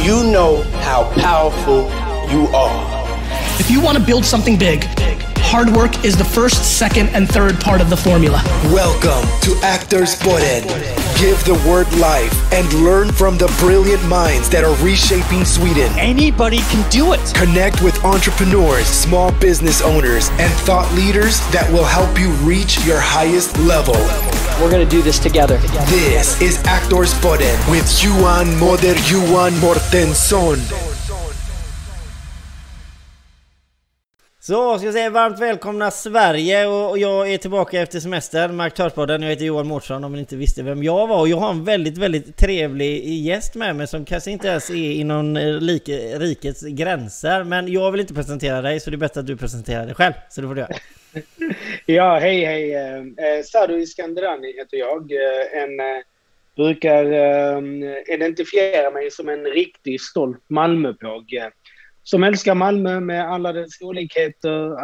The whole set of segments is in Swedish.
you know how powerful you are. If you want to build something big, hard work is the first, second, and third part of the formula. Welcome to Aktorspodden. Give the word life and learn from the brilliant minds that are reshaping Sweden. Anybody can do it. Connect with entrepreneurs, small business owners, and thought leaders that will help you reach your highest level. We're going to do this together. This is Aktorspodden with Johan Mortensson. Så ska jag säga varmt välkomna Sverige och jag är tillbaka efter semester med Aktorspodden. Jag heter Johan Mårtsson om ni inte visste vem jag var. Och jag har en väldigt trevlig gäst med mig som kanske inte ens är inom rikets gränser. Men jag vill inte presentera dig så det är bäst att du presenterar dig själv. Så det får du göra. Ja, hej. Sadu Iskandrani heter jag. Brukar identifiera mig som en riktigt stolt Malmöpåg. Som älskar Malmö med alla dess olikheter,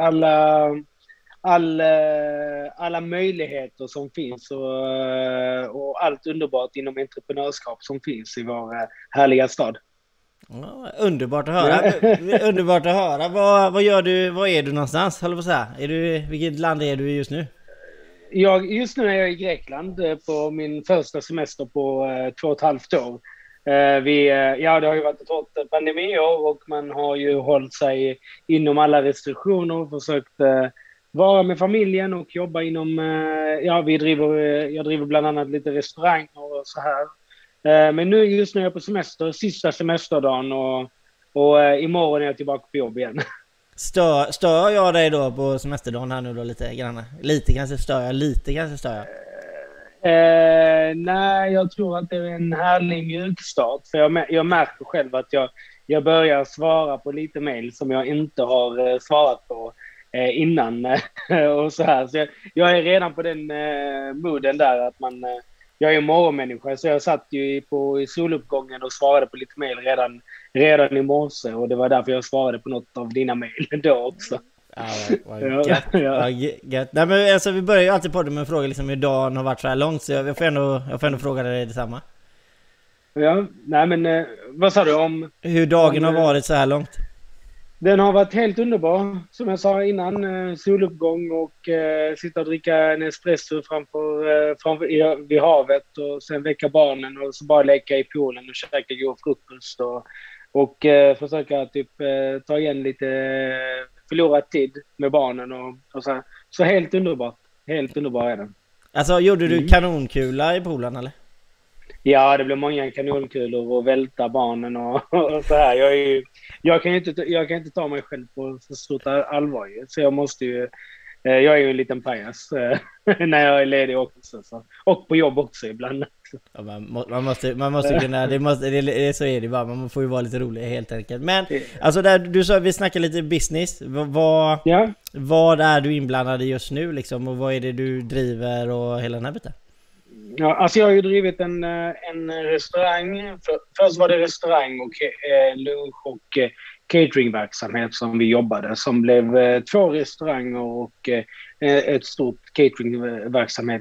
alla möjligheter som finns och allt underbart inom entreprenörskap som finns i vår härliga stad. Ja, underbart att höra. Underbart att höra. Vad gör du? Var är du någonstans? Håller på så här. Vilket land är du just nu? Just nu är jag i Grekland på min första semester på 2,5 år. Det har ju varit ett hårt pandemiår och man har ju hållit sig inom alla restriktioner och försökt vara med familjen och jobba inom, jag driver bland annat lite restaurang och så här. Men just nu är jag på semester, sista semesterdagen och imorgon är jag tillbaka på jobb igen. Stör jag dig då på semesterdagen här nu då lite grann? Lite kanske stör jag. Nej, jag tror att det är en härlig mjukstart. För jag märker själv att jag börjar svara på lite mejl som jag inte har svarat på innan. Och så här. Så jag är redan på den mooden där att jag är en morgonmänniska. Så jag satt ju i soluppgången och svarade på lite mejl redan i morse. Och det var därför jag svarade på något av dina mejl då också. Gött. Nej, men alltså, vi börjar ju alltid podden med en fråga liksom, hur dagen har varit så här långt. Så jag får ändå fråga dig detsamma. Ja, nej men vad sa du om... Hur dagen har varit så här långt? Den har varit helt underbar. Som jag sa innan, soluppgång och sitta och dricka en espresso vid havet och sen väcka barnen och så bara leka i poolen och käka god frukost och försöka typ ta igen lite förlorad tid med barnen och så här. Så helt underbart är det. Alltså gjorde du kanonkula i poolen eller? Ja, det blev många kanonkulor och välta barnen och så här. Jag kan inte ta mig själv på så stort allvar. Så jag är ju en liten pajas när jag är ledig också. Så. Och på jobb också ibland. Ja, man måste kunna, det så är det bara. Man får ju vara lite rolig helt enkelt. Men alltså där du sa vi snackar lite business. Vad är du inblandad i just nu liksom, och vad är det du driver och hela den här biten? Ja, alltså jag har ju drivit en restaurang. Först var det restaurang och lunch och cateringverksamhet som vi jobbade. Som blev 2 restauranger och ett stort cateringverksamhet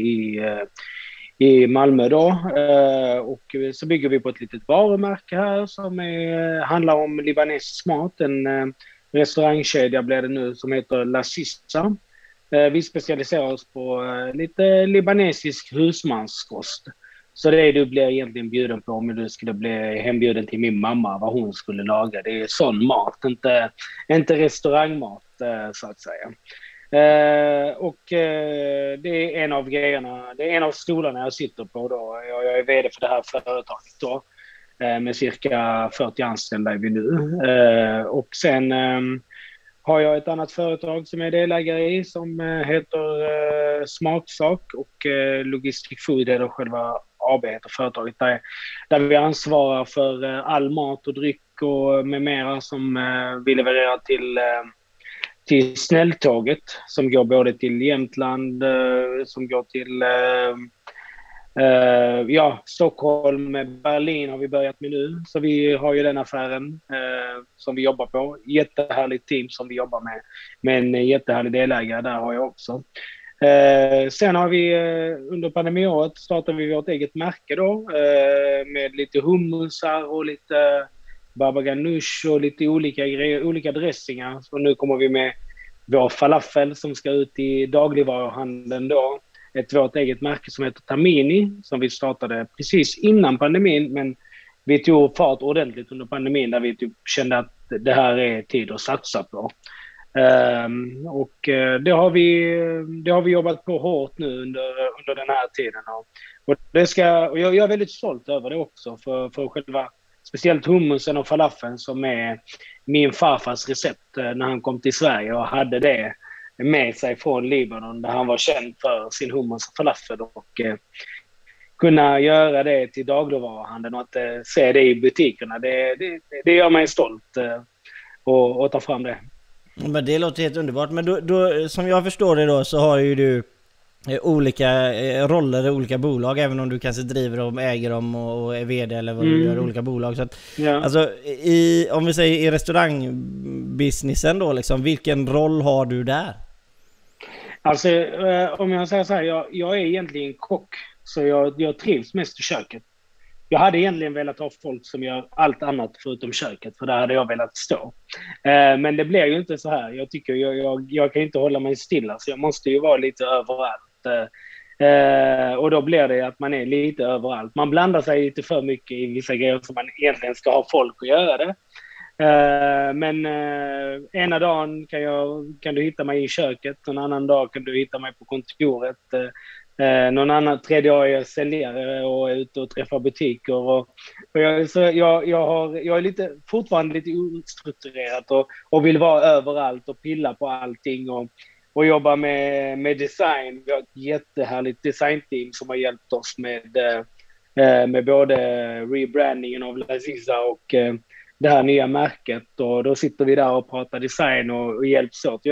i Malmö då. Och så bygger vi på ett litet varumärke här som handlar om libanesisk mat. En restaurangkedja blir det nu som heter La Sissa. Vi specialiserar oss på lite libanesisk husmanskost. Så det du blir egentligen bjuden på om du skulle bli hembjuden till min mamma vad hon skulle laga. Det är sån mat, inte restaurangmat så att säga. Och det är en av grejerna, det är en av stolarna jag sitter på då. Jag är vd för det här företaget då. Med cirka 40 anställda är vi nu. Och sen har jag ett annat företag som är delägare i som heter Smaksak och Logistic Food är då själva AB heter företaget där vi ansvarar för all mat och dryck och med mera som vi levererar till snälltåget som går både till Jämtland som går till Stockholm, Berlin har vi börjat med nu. Så vi har ju den affären som vi jobbar på. Jättehärligt team som vi jobbar med en jättehärlig delägare där har jag också. Sen har vi under pandemiåret startade vi vårt eget märke då med lite hummusar och lite baba ganoush och lite olika grejer, olika dressingar. Så nu kommer vi med vår falafel som ska ut i dagligvaruhandeln då. Vårt eget märke som heter Tamini som vi startade precis innan pandemin, men vi tog fart ordentligt under pandemin där vi typ kände att det här är tid att satsa på. Det har vi jobbat på hårt nu under den här tiden. Och jag är väldigt stolt över det också för själva speciellt hummusen och falafeln som är min farfars recept när han kom till Sverige och hade det med sig från Libanon där han var känd för sin hummus och falafel och kunna göra det till dagligvaruhandeln och att se det i butikerna. Det gör mig stolt att ta fram det. Men det låter helt underbart. Men då, som jag förstår det då, så har ju du olika roller i olika bolag, även om du kanske driver dem, äger dem och är vd eller vad du gör i olika bolag. Så att, alltså, om vi säger i restaurangbusinessen då, liksom, vilken roll har du där? Alltså, om jag säger så här, jag är egentligen kock, så jag trivs mest i köket. Jag hade egentligen velat ha folk som gör allt annat förutom köket, för där hade jag velat stå. Men det blir ju inte så här. Jag tycker jag kan inte hålla mig stilla, så jag måste ju vara lite överallt. Och då blir det att man är lite överallt. Man blandar sig lite för mycket i vissa grejer som man egentligen ska ha folk att göra det. Men ena dagen kan du hitta mig i köket, en annan dag kan du hitta mig på kontoret. Tredje dag är jag säljare och är ute och träffar butiker. Jag är fortfarande lite ostrukturerad och vill vara överallt och pilla på allting och jobba med design. Vi har ett jättehärligt designteam som har hjälpt oss med både rebrandingen av Laziza och det här nya märket. Och då sitter vi där och pratar design och hjälps åt.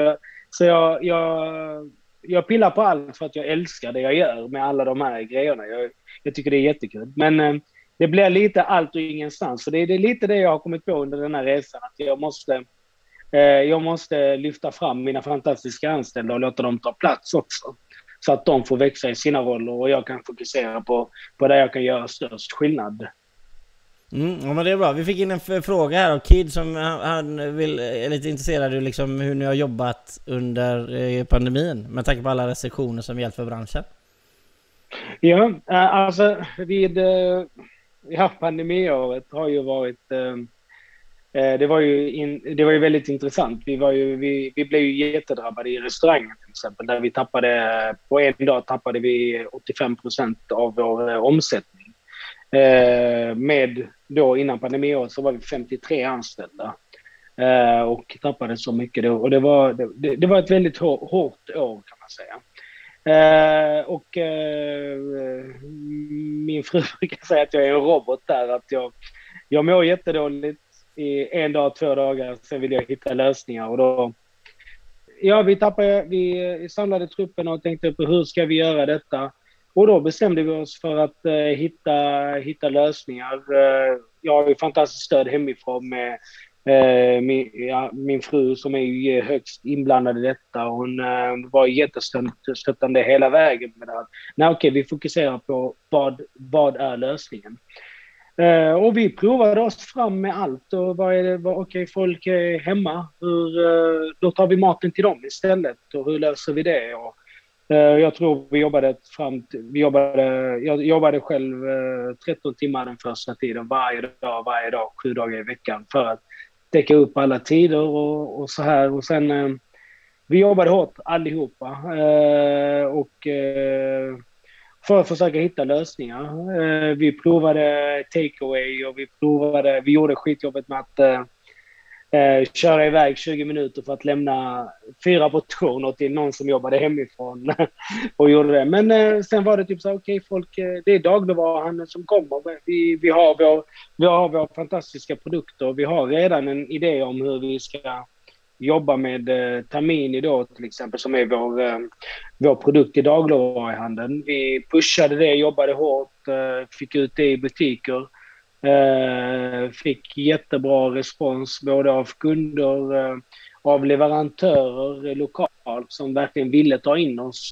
Jag pillar på allt för att jag älskar det jag gör med alla de här grejerna. Jag tycker det är jättekul. Men det blir lite allt och ingenstans. Så det är lite det jag har kommit på under den här resan. Att jag måste lyfta fram mina fantastiska anställda och låta dem ta plats också. Så att de får växa i sina roller och jag kan fokusera på där jag kan göra störst skillnad. Ja, men det är bra. Vi fick in en fråga här av Kid som han är lite intresserad av liksom hur ni har jobbat under pandemin med tanke på alla restriktioner som gällt för branschen. Ja, alltså pandemiåret har ju varit det var ju väldigt intressant. Vi blev ju jättedrabbade i restaurangen till exempel, där vi på en dag tappade vi 85% av vår omsättning. Med då innan pandemiåret så var vi 53 anställda och tappade så mycket då. Och det var ett väldigt hårt år kan man säga. Min fru brukar säga att jag är en robot där, att jag mår jättedåligt i en dag, 2 dagar, sen vill jag hitta lösningar och då vi samlade truppen och tänkte på hur ska vi göra detta. Och då bestämde vi oss för att hitta lösningar. Jag har ju fantastiskt stöd hemifrån med min fru som är ju högst inblandad i detta. Hon var jättestöttande hela vägen med det. Nej, okej, vi fokuserar på vad är lösningen. Och vi provade oss fram med allt. Och okej, folk är hemma. Då tar vi maten till dem istället. Och hur löser vi det? Och jag tror jag jobbade själv 13 timmar den första tiden varje dag, 7 dagar i veckan för att täcka upp alla tider och så här. Och sen vi jobbade hårt allihopa för att försöka hitta lösningar. Vi provade takeaway och vi gjorde skitjobbet med att köra iväg 20 minuter för att lämna 4 portioner till någon som jobbade hemifrån och gjorde det. Men sen var det typ så okej, folk, det är dagligvaruhandeln som kommer. Vi har våra fantastiska produkter. Vi har redan en idé om hur vi ska jobba med Tamini då till exempel, som är vår produkt i dagligvaruhandeln. Vi pushade det, jobbade hårt, fick ut det i butiker. Fick jättebra respons både av kunder av leverantörer lokalt som verkligen ville ta in oss,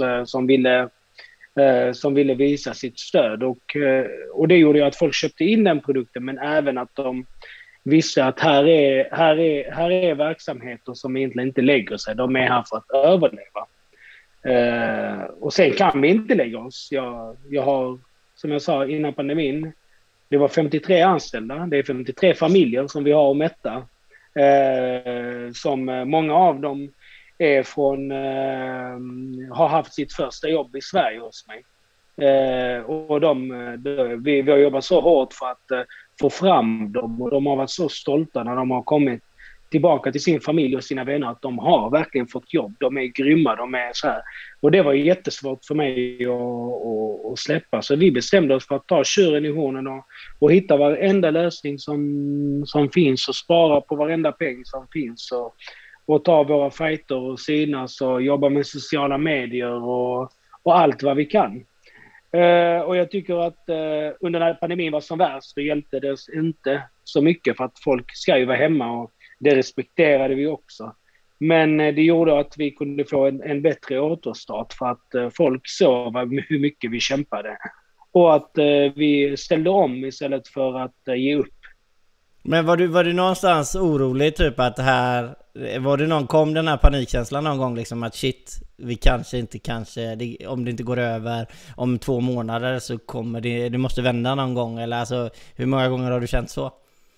som ville visa sitt stöd. Och det gjorde ju att folk köpte in den produkten, men även att de visste att här är verksamheter som egentligen inte lägger sig. De är här för att överleva. Och sen kan vi inte lägga oss. Jag har, som jag sa innan pandemin, det var 53 anställda. Det är 53 familjer som vi har att mätta. Som många av dem är har haft sitt första jobb i Sverige hos mig. Och vi har jobbat så hårt för att få fram dem, och de har varit så stolta när de har kommit tillbaka till sin familj och sina vänner, att de har verkligen fått jobb. De är grymma, de är så här. Och det var jättesvårt för mig att släppa. Så vi bestämde oss för att ta tjuren i hornen och hitta varenda lösning som finns, och spara på varenda peng som finns, och ta våra fighter och synas och jobba med sociala medier och allt vad vi kan. Och jag tycker att under när pandemin var som värst så hjälpte det inte så mycket, för att folk ska ju vara hemma, och det respekterade vi också. Men det gjorde att vi kunde få en bättre återstart, för att folk såg hur mycket vi kämpade. Och att vi ställde om istället för att ge upp. Men var du någonstans orolig typ att kom den här panikkänslan någon gång liksom att shit, vi om det inte går över om 2 månader så kommer det måste vända någon gång, eller alltså hur många gånger har du känt så?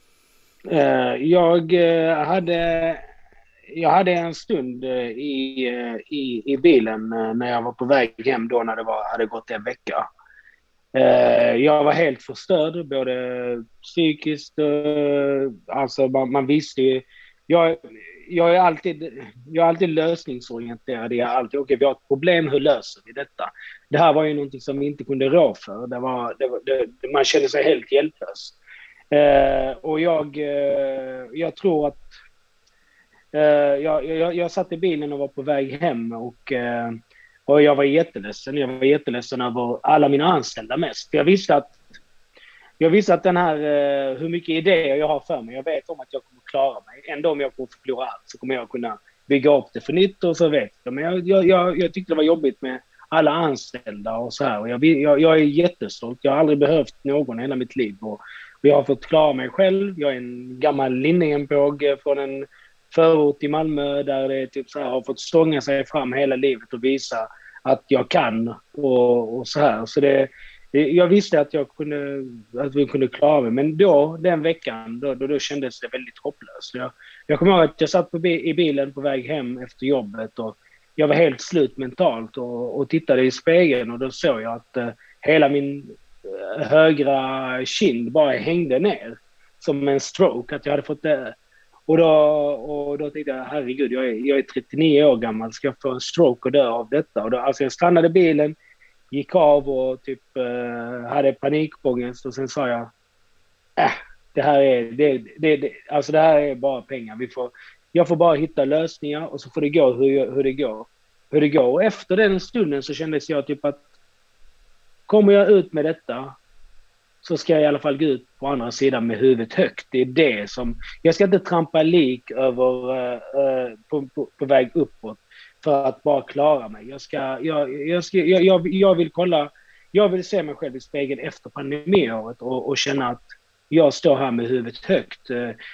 Jag hade en stund i bilen när jag var på väg hem då, när det hade gått en vecka. Jag var helt förstörd, både psykiskt, alltså man visste ju, jag är alltid lösningsorienterad. Jag är alltid, okej, vi har ett problem, hur löser vi detta? Det här var ju någonting som vi inte kunde rå för. Man kände sig helt hjälplös. Och jag tror att jag satt i bilen och var på väg hem, och jag var jätteledsen. Jag var jätteledsen över alla mina anställda mest. Jag visste att den här, hur mycket idéer jag har för mig, jag vet om att jag kommer klara mig. Ändå om jag kommer förlora allt så kommer jag kunna bygga upp det för nytt, och så vet jag. Men jag tyckte det var jobbigt med alla anställda och så här. Och jag är jättestolt. Jag har aldrig behövt någon hela mitt liv. Och jag har fått klara mig själv. Jag är en gammal linjenpåg från en förort i Malmö där det typ så här, har fått stånga sig fram hela livet och visa att jag kan och så här. Så jag visste att vi kunde klara det. Men då, den veckan, då kändes det väldigt hopplöst. Jag kommer ihåg att jag satt i bilen på väg hem efter jobbet, och jag var helt slut mentalt och tittade i spegeln, och då såg jag att hela min högra kind bara hängde ner som en stroke, att jag hade fått det. Och då tänkte jag, herregud, jag är 39 år gammal, ska jag få en stroke och dö av detta? Och alltså jag stannade bilen, gick av och typ hade panikångest, och sen sa jag, det här är bara pengar. Jag får bara hitta lösningar, och så får det gå hur det går. Och efter den stunden så kändes jag typ att kommer jag ut med detta, så ska jag i alla fall gå ut på andra sidan med huvudet högt. Det är det som... Jag ska inte trampa lik över på väg uppåt för att bara klara mig. Jag vill kolla... Jag vill se mig själv i spegeln efter pandemiåret och känna att jag står här med huvudet högt.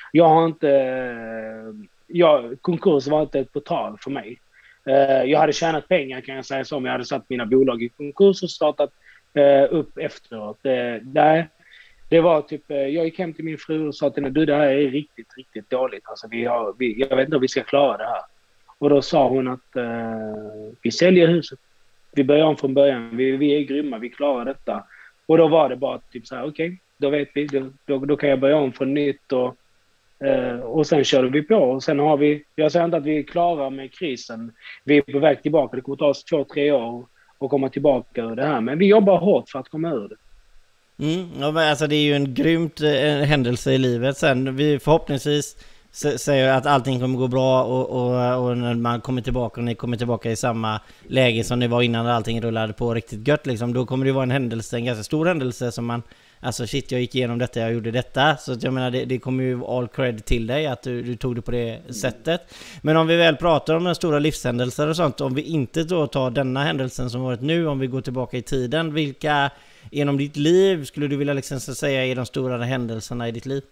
Konkurs var inte ett portal för mig. Jag hade tjänat pengar, kan jag säga, som jag hade satt mina bolag i konkurs och startat upp efteråt. Det var typ, jag gick hem till min fru och sa till henne, det här är riktigt, riktigt dåligt. Alltså jag vet inte om vi ska klara det här. Och då sa hon att vi säljer huset. Vi börjar om från början. Vi är grymma, vi klarar detta. Och då var det bara typ så här, okej, då vet vi. Då kan jag börja om från nytt, och sen körde vi på. Och sen har vi, jag säger inte att vi är klara med krisen. Vi är på väg tillbaka. Det kommer ta oss 2-3 år och komma tillbaka ur det här. Men vi jobbar hårt för att komma ur det. Ja, men alltså det är ju en grymt händelse i livet. Sen vi förhoppningsvis säger att allting kommer gå bra, och när man kommer tillbaka och ni kommer tillbaka i samma läge som ni var innan, när allting rullade på riktigt gött liksom, då kommer det vara en ganska stor händelse som man alltså shit, jag gick igenom detta, jag gjorde detta. Så att jag menar, det kommer ju all cred till dig att du tog det på det sättet. Men om vi väl pratar om den stora livshändelser och sånt, om vi inte då tar denna händelsen som varit nu, om vi går tillbaka i tiden, vilka genom ditt liv skulle du vilja liksom så säga är de stora händelserna i ditt liv?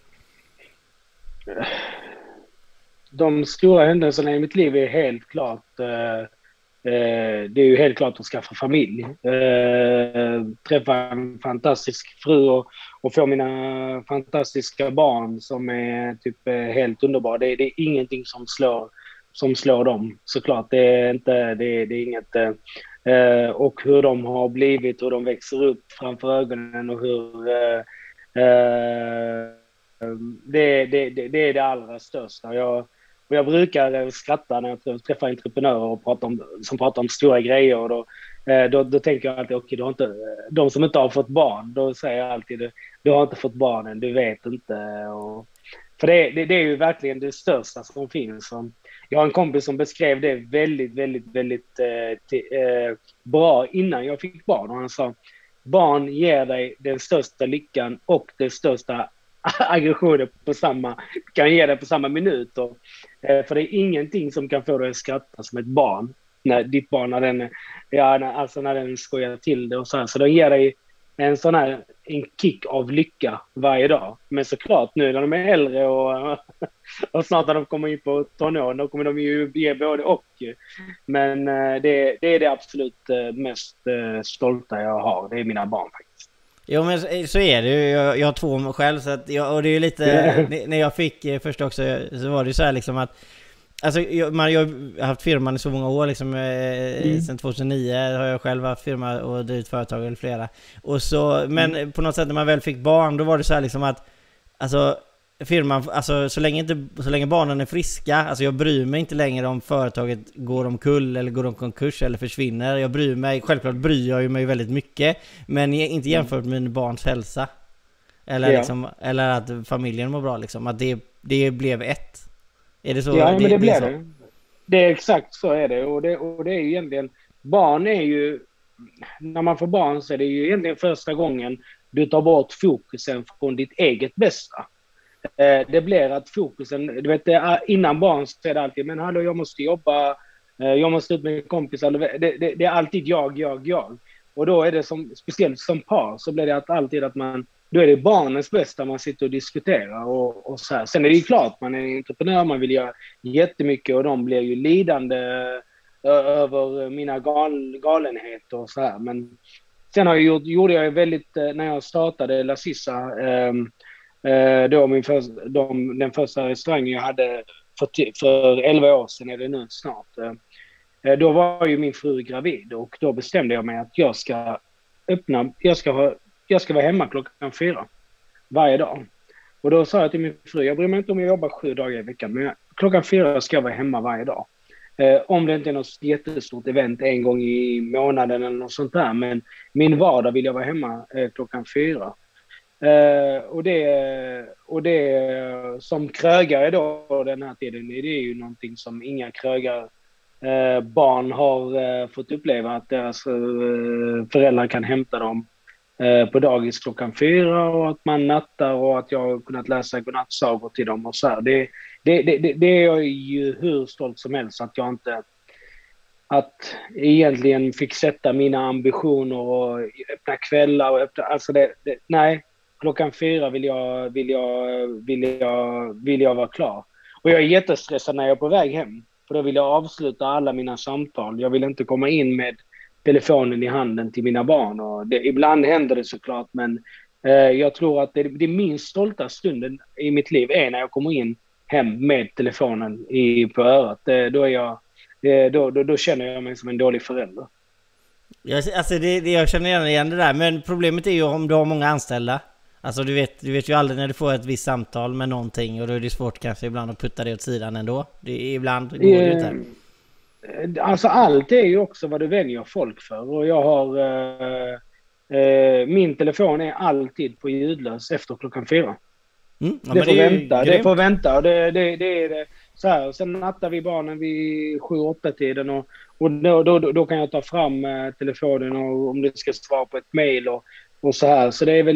De stora händelserna i mitt liv är helt klart det är ju helt klart att skaffa familj. Träffa en fantastisk fru och få mina fantastiska barn som är typ helt underbara. Det är ingenting som slår dem, såklart. Det är inget. Och hur de har blivit, hur de växer upp framför ögonen och hur det är det allra största. Jag brukar skratta när jag träffar entreprenörer som pratar om stora grejer. Och då tänker jag alltid, okej, de som inte har fått barn, då säger jag alltid, du har inte fått barnen, du vet inte. För det är ju verkligen det största som finns. Jag har en kompis som beskrev det väldigt, väldigt, väldigt bra innan jag fick barn. Och han sa, barn ger dig den största lyckan och det största aggressioner kan ge dig på samma minut. För det är ingenting som kan få dig att skratta som ett barn. När ditt barn, när den skojar till det och så här. Så de ger dig en kick av lycka varje dag. Men såklart nu när de är äldre och snart när de kommer in på tonåren, då kommer de ju ge både och. Men det är det absolut mest stolta jag har. Det är mina barn faktiskt. Jo, men så är det ju. Jag har 2 själv, så att och det är ju lite när jag fick först också, så var det ju så här liksom att alltså jag har haft firman i så många år liksom, sen 2009 har jag själv haft firma och drivit företag eller flera. Och så men på något sätt när man väl fick barn, då var det så här liksom att alltså firman, alltså så länge barnen är friska, alltså jag bryr mig inte längre om företaget går omkull eller går om konkurs eller försvinner. Självklart bryr jag mig väldigt mycket, men inte jämfört med min barns hälsa eller liksom, eller att familjen mår bra liksom, att det blev ett. Är det så? Ja, men det blev det. Det är exakt så är det. Och det är ju egentligen, barn är ju, när man får barn så är det ju egentligen första gången du tar bort fokusen från ditt eget bästa. Det blir att fokusen, du vet, innan barn så är det alltid, men hallå, jag måste jobba, jag måste ut med kompisar. Det är alltid jag. Och då är det speciellt som par, så blir det då är det barnens bästa man sitter och diskuterar och så här. Sen är det ju klart, man är entreprenör, man vill göra jättemycket och de blir ju lidande över mina galenheter och så här. Men sen gjorde jag väldigt, när jag startade La Sissa, då den första restaurangen jag hade för 11 år sedan, är det nu snart. Då var ju min fru gravid och då bestämde jag mig att jag ska vara hemma klockan 4 varje dag. Och då sa jag till min fru, jag bryr mig inte om jag jobbar 7 dagar i veckan, men klockan 4 ska jag vara hemma varje dag. Om det inte är något jättestort event en gång i månaden eller något sånt där, men min vardag vill jag vara hemma klockan 4. Och det som krögare då den här tiden, det är ju någonting som inga barn har fått uppleva, att deras föräldrar kan hämta dem på dagis klockan 4 och att man nattar och att jag har kunnat läsa godnattsagor till dem och så här. Det är jag ju hur stolt som helst att jag inte egentligen fick sätta mina ambitioner och öppna kvällar och nej, klockan 4 vill jag vara klar. Och jag är jättestressad när jag är på väg hem, för då vill jag avsluta alla mina samtal. Jag vill inte komma in med telefonen i handen till mina barn. Och ibland händer det såklart, men jag tror att det minst stolta stunden i mitt liv är när jag kommer in hem med telefonen på örat. Då känner jag mig som en dålig förälder. Alltså jag känner igen det där, men problemet är ju om du har många anställda. Alltså du vet ju aldrig när du får ett visst samtal med någonting, och då är det svårt kanske ibland att putta det åt sidan ändå. Ibland går det inte. Alltså allt är ju också vad du väljer folk för, och jag har min telefon är alltid på ljudlös efter klockan 4. Ja, det får vänta och det är det så här. Sen nattar vi barnen vid 7-8 tiden och då kan jag ta fram telefonen och om det ska svara på ett mejl, och och så här. Så det är väl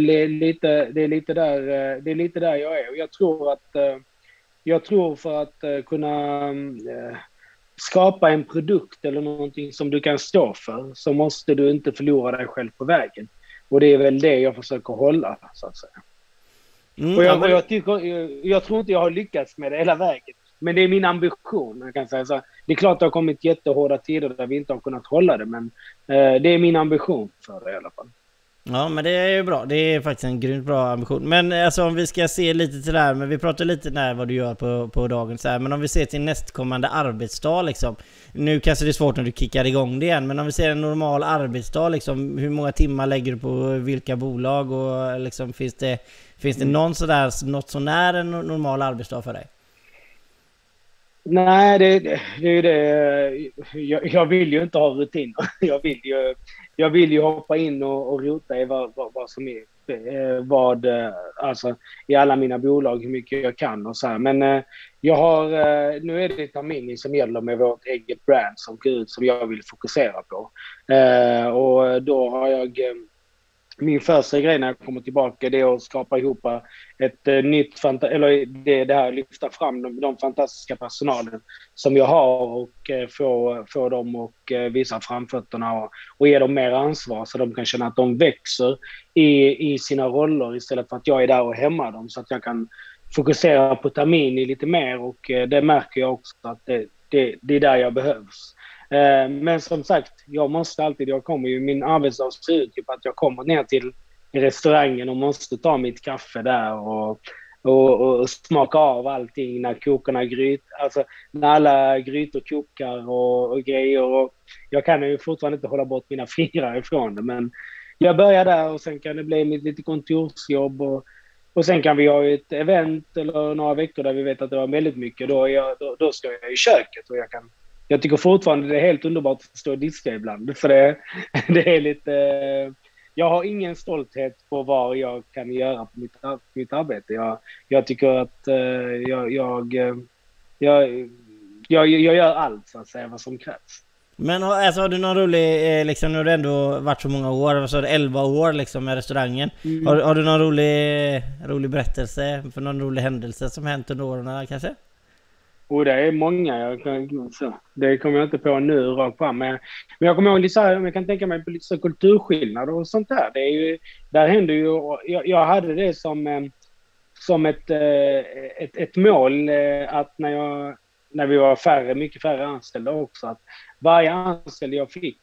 lite där jag är. Och jag tror för att kunna skapa en produkt eller någonting som du kan stå för, så måste du inte förlora dig själv på vägen. Och det är väl det jag försöker hålla, så att säga. Och jag tror inte jag har lyckats med det hela vägen. Men det är min ambition, jag kan säga så. Det är klart det har kommit jättehårda tider där vi inte har kunnat hålla det, men det är min ambition för det i alla fall. Ja, men det är ju bra. Det är faktiskt en grymt bra ambition. Men alltså om vi ska se lite till det här, men vi pratar lite när vad du gör på dagen så här, men om vi ser till nästkommande arbetsdag liksom. Nu kanske det är svårt när du kickar igång det igen, men om vi ser en normal arbetsdag liksom, hur många timmar lägger du på vilka bolag och liksom finns det något sånär en normal arbetsdag för dig? Nej, det är ju det. Jag vill ju inte ha rutiner. Jag vill ju hoppa in och rota i vad som är alltså i alla mina bolag, hur mycket jag kan och så här. Men nu är det Tamini som gäller med vårt eget brand som jag vill fokusera på. Och då har jag min första grej när jag kommer tillbaka, det är att skapa ihop ett nytt det här, lyfta fram de fantastiska personalen som jag har och få dem och visa framfötterna och ge dem mer ansvar så de kan känna att de växer i sina roller istället för att jag är där och hämmar dem, så att jag kan fokusera på Tamini lite mer, och det märker jag också att det är där jag behövs. Men som sagt, jag kommer ju, min arbetsdag ser ut typ att jag kommer ner till restaurangen och måste ta mitt kaffe där och smaka av allting när kokarna alltså när alla grytor kokar och grejer, och jag kan ju fortfarande inte hålla bort mina fingrar ifrån det, men jag börjar där och sen kan det bli mitt lite kontorsjobb och sen kan vi ha ett event eller några veckor där vi vet att det var väldigt mycket, då ska jag i köket och jag tycker fortfarande det är helt underbart att stå och diska ibland. För det är lite... Jag har ingen stolthet på vad jag kan göra på mitt arbete. Jag tycker att jag gör allt, så att säga, vad som krävs. Men alltså, har du någon rolig, liksom, nu har du ändå varit så många år, vad sa du, 11 år liksom med restaurangen. Har du någon rolig berättelse för någon rolig händelse som hänt under åren kanske? Och det är många, det kommer jag inte på nu rakt fram. Men jag kommer ihåg lite så här, jag kan tänka mig på lite så kulturskillnader och sånt där. Det är ju, där händer ju, jag hade det som ett mål att när vi var mycket färre anställda också, att varje anställd jag fick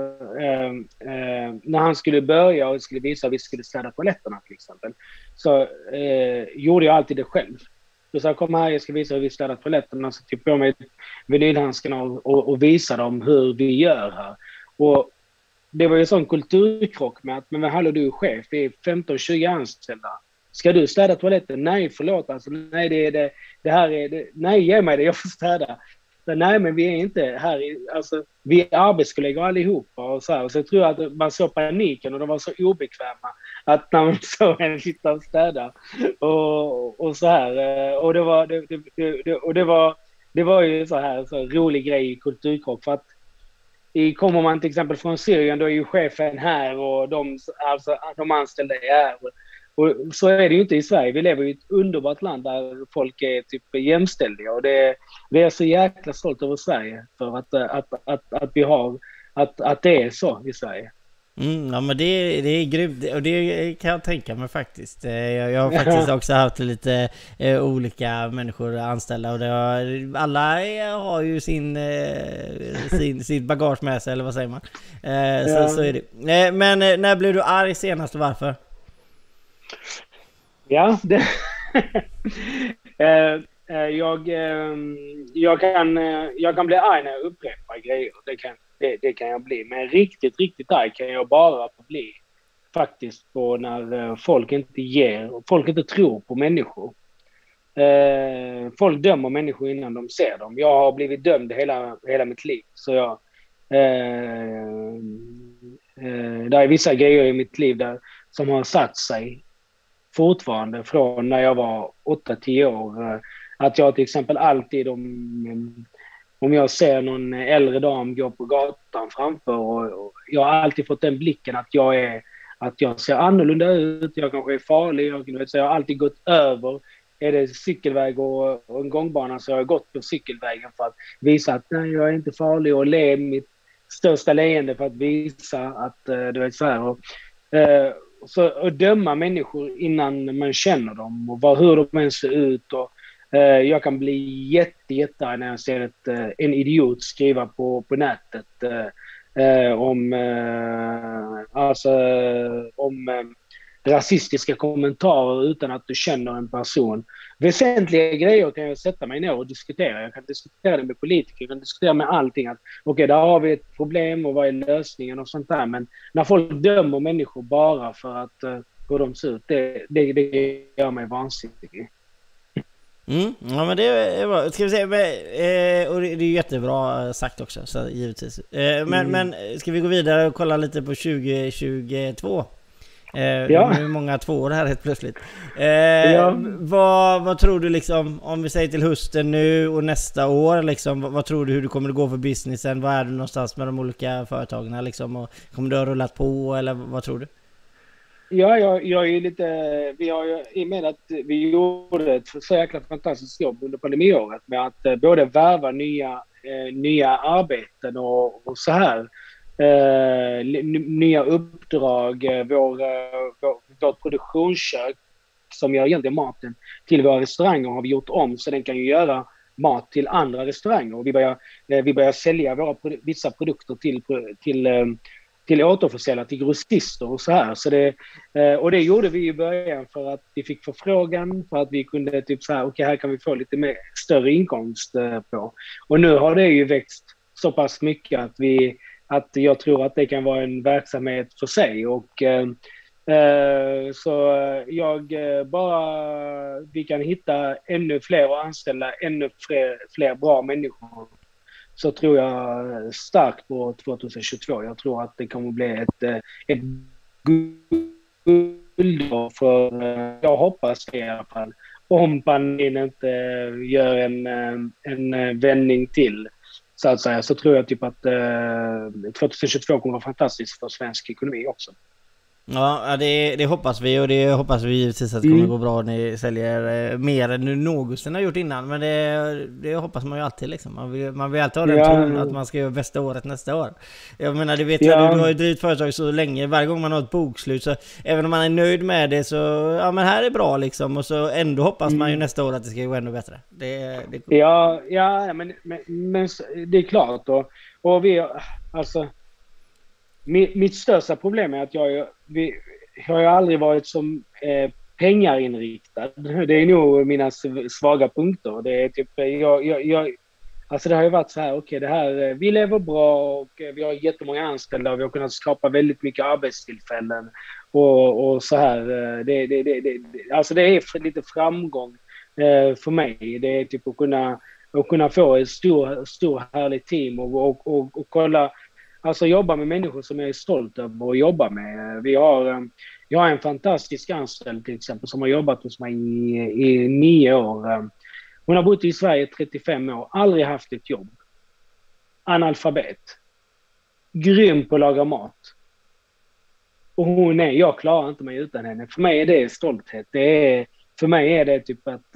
när han skulle börja och skulle visa att vi skulle städa toaletterna till exempel, så gjorde jag alltid det själv. Så jag kom här, jag ska visa hur vi städar toaletterna, så typ på mig vinylhandskarna och visa dem hur vi gör här. Och det var ju en sån kulturkrock med att, men hallå, du är chef, vi är 15-20 anställda. Ska du städa toaletten? Nej, förlåt. Alltså, nej, det här är... Nej, ge mig det, jag får städa. Så, nej, men vi är inte här alltså, vi är arbetskollegor allihopa och så här. Och så tror jag att man såg paniken och de var så obekväma att när man såg en sitta och städa och så här. Och det var ju så här så rolig grej i kulturkrock, för att kommer man till exempel från Syrien, då är ju chefen här och de anställda är här. Och så är det ju inte i Sverige. Vi lever i ett underbart land där folk är typ jämstäldiga, och vi är så jäkla stolt över Sverige för att vi har att det är så i Sverige. Ja, men det är grymt, och det kan jag tänka mig faktiskt. Jag har faktiskt också haft lite olika människor anställda, och alla har ju sitt bagage med sig, eller vad säger man? Så är det. Men när blev du arg senast och varför? Ja, jag kan bli arg när jag upprepar grejer. Det kan jag bli. Men riktigt arg kan jag bara bli faktiskt på när folk inte tror på människor. Folk dömer människor innan de ser dem. Jag har blivit dömd hela mitt liv. Så det är vissa grejer i mitt liv som har satt sig fortfarande från när jag var 8-10 år. Att jag till exempel alltid om jag ser någon äldre dam gå på gatan framför, och jag har alltid fått den blicken att jag är att jag ser annorlunda ut, jag kanske är farlig, jag har alltid gått över. Är det cykelväg och en gångbana så har jag gått på cykelvägen för att visa att nej, jag är inte farlig och le mitt största leende för att visa att du vet så här. Och döma människor innan man känner dem och hur de ens ser ut. Och, jag kan bli jättearg när jag ser en idiot skriva på nätet om rasistiska kommentarer utan att du känner en person. Väsentliga grejer kan jag sätta mig ner och diskutera. Jag kan diskutera det med politiker, jag kan diskutera med allting. Okej, där har vi ett problem och vad är lösningen och sånt där. Men när folk dömer människor bara för att hur de ser ut, det gör mig vansinnig. Ja, men det är bra. Ska vi se, och det är jättebra sagt också, så givetvis. Men ska vi gå vidare och kolla lite på 2022? Ja. Det är många tvåor här helt plötsligt. Vad tror du liksom, om vi säger till hösten nu och nästa år liksom, vad tror du hur det kommer att gå för businessen? Vad är du någonstans med de olika företagen liksom, och kommer du ha rullat på eller vad tror du? Ja, jag är lite, vi har ju i med att vi gjorde ett så jäkla fantastiskt jobb under pandemiåret med att både värva nya arbeten och så här. Nya uppdrag, vårt produktionskök som gör egentligen maten till våra restauranger har vi gjort om så den kan ju göra mat till andra restauranger. Och vi börjar sälja vissa produkter till återförsäljare, till grossister och så här. Så det gjorde vi i början för att vi fick förfrågan, för att vi kunde typ så här, okej, här kan vi få lite mer större inkomst på. Och nu har det ju växt så pass mycket att jag tror att det kan vara en verksamhet för sig. Och så vi kan hitta ännu fler och anställa ännu fler bra människor. Så tror jag starkt på 2022. Jag tror att det kommer bli ett guldår för, jag hoppas det i alla fall. Om pandemin inte gör en vändning till, så att säga, så tror jag typ att 2022 kommer vara fantastiskt för svensk ekonomi också. Ja, det hoppas vi, och det hoppas vi givetvis att det kommer gå bra. Ni säljer mer än nu någonsin har gjort innan, men det hoppas man ju alltid liksom. Man vill alltid ha den tron att man ska göra bästa året nästa år. Jag menar, det vet jag, du har ju drivit företag så länge, varje gång man har ett bokslut, så även om man är nöjd med det så, ja men här är bra liksom, och så ändå hoppas man ju nästa år att det ska gå ännu bättre. Men det är klart och vi, alltså mitt största problem är att jag har aldrig varit som pengarinriktad. Det är nog mina svaga punkter. Det är typ, alltså det har ju varit så här, okej, det här, vi lever bra och vi har jättemånga anställda och vi har kunnat skapa väldigt mycket arbetstillfällen och så här. Alltså det är lite framgång för mig. Det är typ att kunna få ett stor härlig team och kolla. Alltså jobba med människor som jag är stolt över att jobba med. Jag har en fantastisk anställd till exempel som har jobbat hos mig i 9 år. Hon har bott i Sverige 35 år, aldrig haft ett jobb. Analfabet. Grym på att laga mat. Och jag klarar inte mig utan henne. För mig är det stolthet. För mig är det typ att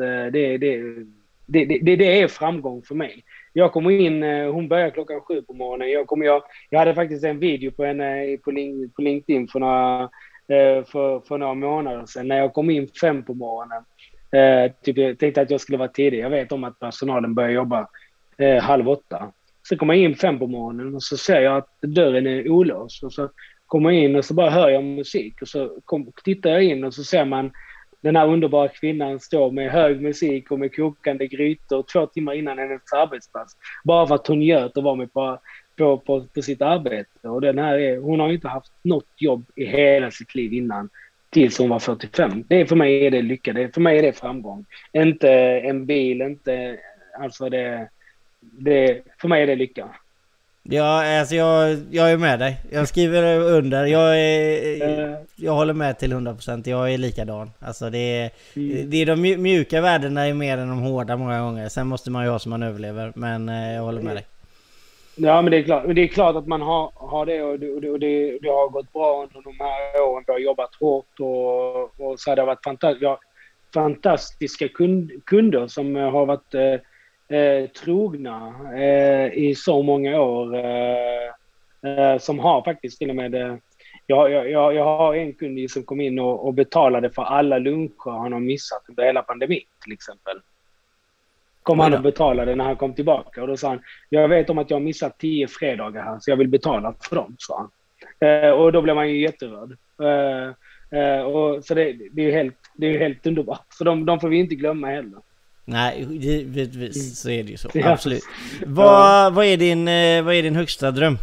det är framgång för mig. Jag kommer in, hon börjar 7:00 på morgonen. Jag hade faktiskt en video på henne på LinkedIn för några månader sedan. När jag kom in 5 på morgonen. Jag tänkte att jag skulle vara tidig. Jag vet om att personalen börjar jobba 7:30. Så kommer jag in 5 på morgonen och så ser jag att dörren är olåst. Och så kommer jag in och så bara hör jag musik. Och så tittar jag in och så ser man den här underbara kvinnan står med hög musik och med kokande grytor 2 timmar innan hennes arbetsplats. Bara för att hon gör och var med på sitt arbete. Och hon har inte haft något jobb i hela sitt liv innan tills hon var 45. För mig är det lycka. För mig är det framgång. Inte en bil, inte... Alltså för mig är det lycka. Ja, alltså jag är med dig. Jag skriver under. Jag håller med till 100%. Jag är likadan. Alltså det är de mjuka värdena är mer än de hårda många gånger. Sen måste man ju ha som man överlever. Men jag håller med dig. Ja, men det är klart att man har det, och det har gått bra under de här åren. Vi har jobbat hårt och så har det varit fantastiska kunder som har varit trogna i så många år. Som har faktiskt till och med... Jag har en kund som kom in och betalade för alla luncher han har missat under hela pandemin till exempel. Kom han och betalade när han kom tillbaka. Och då sa han, jag vet om att jag har missat 10 fredagar här, så jag vill betala för dem, sa han. Och då blev man ju jätterörd. Och så det är ju helt underbart. Så de får vi inte glömma heller. Nej, givetvis så är det ju så. Ja. Absolut. Vad är din högsta dröm?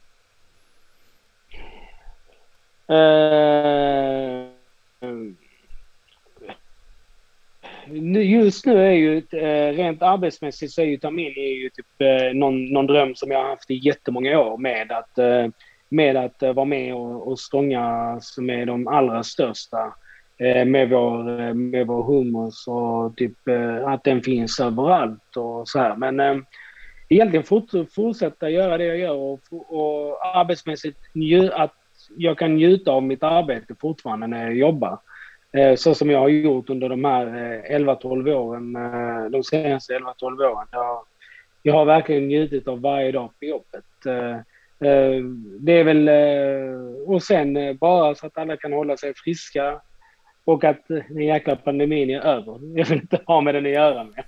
Just nu är ju rent arbetsmässigt så är ju Tamin typ någon dröm som jag har haft i jättemånga år med att vara med och stångas med de allra största med vår hummus och typ att den finns överallt och så här. Men egentligen fortsätta göra det jag gör och arbetsmässigt att jag kan njuta av mitt arbete fortfarande när jag jobbar. Så som jag har gjort under de här 11-12 åren, de senaste 11-12 åren. Jag har verkligen njutit av varje dag på jobbet. Det är väl... Och sen bara så att alla kan hålla sig friska och att den jäkla pandemin är över. Jag vill inte ha med den att göra med.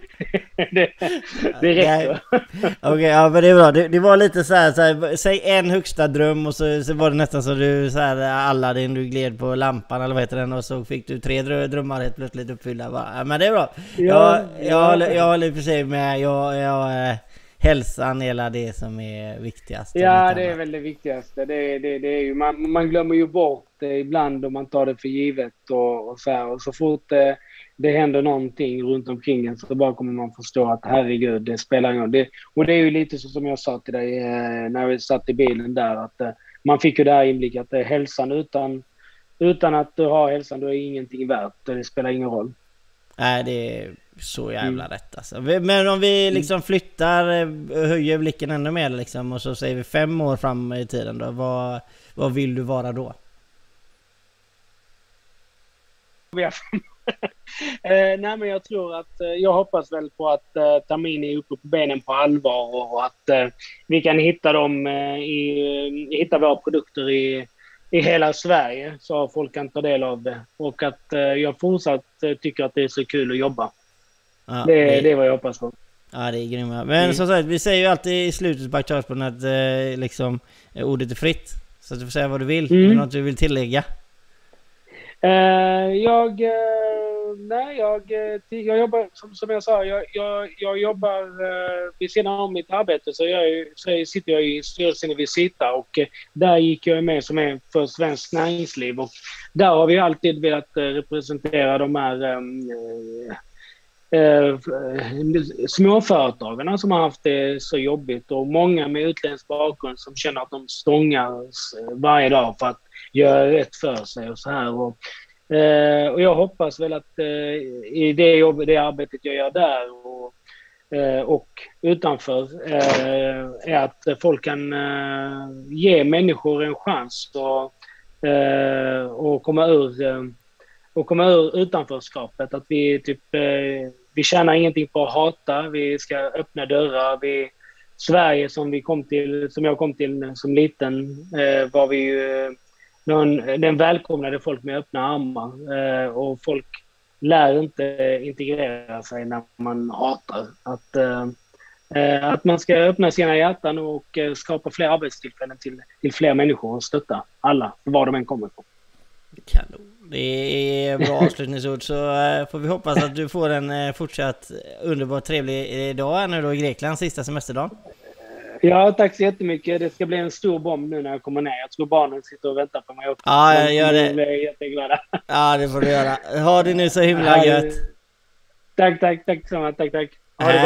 det räcker. Okej, ja, men det är bra. Det var lite så här, säg en högsta dröm och så var det nästan så du så här, Aladdin, du gled på lampan eller vad heter den, och så fick du 3 drömmar helt plötsligt uppfyllda. Ja, men det är bra. Jag håller i och för sig med. Hälsan är det som är viktigast. Ja, det är väl det viktigaste. Det är ju, man glömmer ju bort det ibland och man tar det för givet och så här. Och så fort det händer någonting runt omkring en så bara kommer man förstå att herregud, det spelar ingen roll. Och det är ju lite så som jag sa till dig när vi satt i bilen där, att man fick ju där inblick att hälsan utan att du har hälsan, då är ingenting värt. Det spelar ingen roll. Nej, det är så jävla rätt alltså. Men om vi liksom flyttar, höjer blicken ännu mer liksom, och så säger vi 5 år fram i tiden då, vad vill du vara då? Nej, men jag tror att jag hoppas väl på att Tamin är uppe på benen på allvar och att vi kan hitta dem hitta våra produkter i hela Sverige så folk kan ta del av det, och att jag fortsatt tycker att det är så kul att jobba. Ja, det är vad jag hoppas på. Ja, det är grymma. Men som sagt, vi säger ju alltid i slutet på Aktörsbåten att liksom, ordet är fritt. Så att du får säga vad du vill. Är det något du vill tillägga? Jag jobbar, som jag sa, jag jobbar vid sidan om mitt arbete, så sitter jag i styrelsen i Visita, och där gick jag med som är för Svenskt Näringsliv, och där har vi alltid velat representera de här småföretagarna som har haft det så jobbigt, och många med utländsk bakgrund som känner att de stångas varje dag för att göra rätt för sig och så här. Och jag hoppas väl att i det arbetet jag gör där och utanför är att folk kan ge människor en chans och komma ur utanförskapet. Att vi tjänar ingenting på att hata, vi ska öppna dörrar. Sverige som jag kom till som liten var vi ju den välkomnade folk med öppna armar, och folk lär inte integrera sig när man hatar. Att man ska öppna sina hjärtan och skapa fler arbetstillfällen till fler människor och stötta alla, var de än kommer ifrån. Kanon. Det är bra avslutningsord, så får vi hoppas att du får en fortsatt underbart trevlig dag nu då i Grekland, sista semesterdagen. Ja, tack så jättemycket. Det ska bli en stor bomb nu när jag kommer ner. Jag tror barnen sitter och väntar på mig också. Ja, jag gör det. De är jätteglada. Ja, det får du göra. Ha det nu så himla gött. Tack så mycket. Tack. Ha det bra.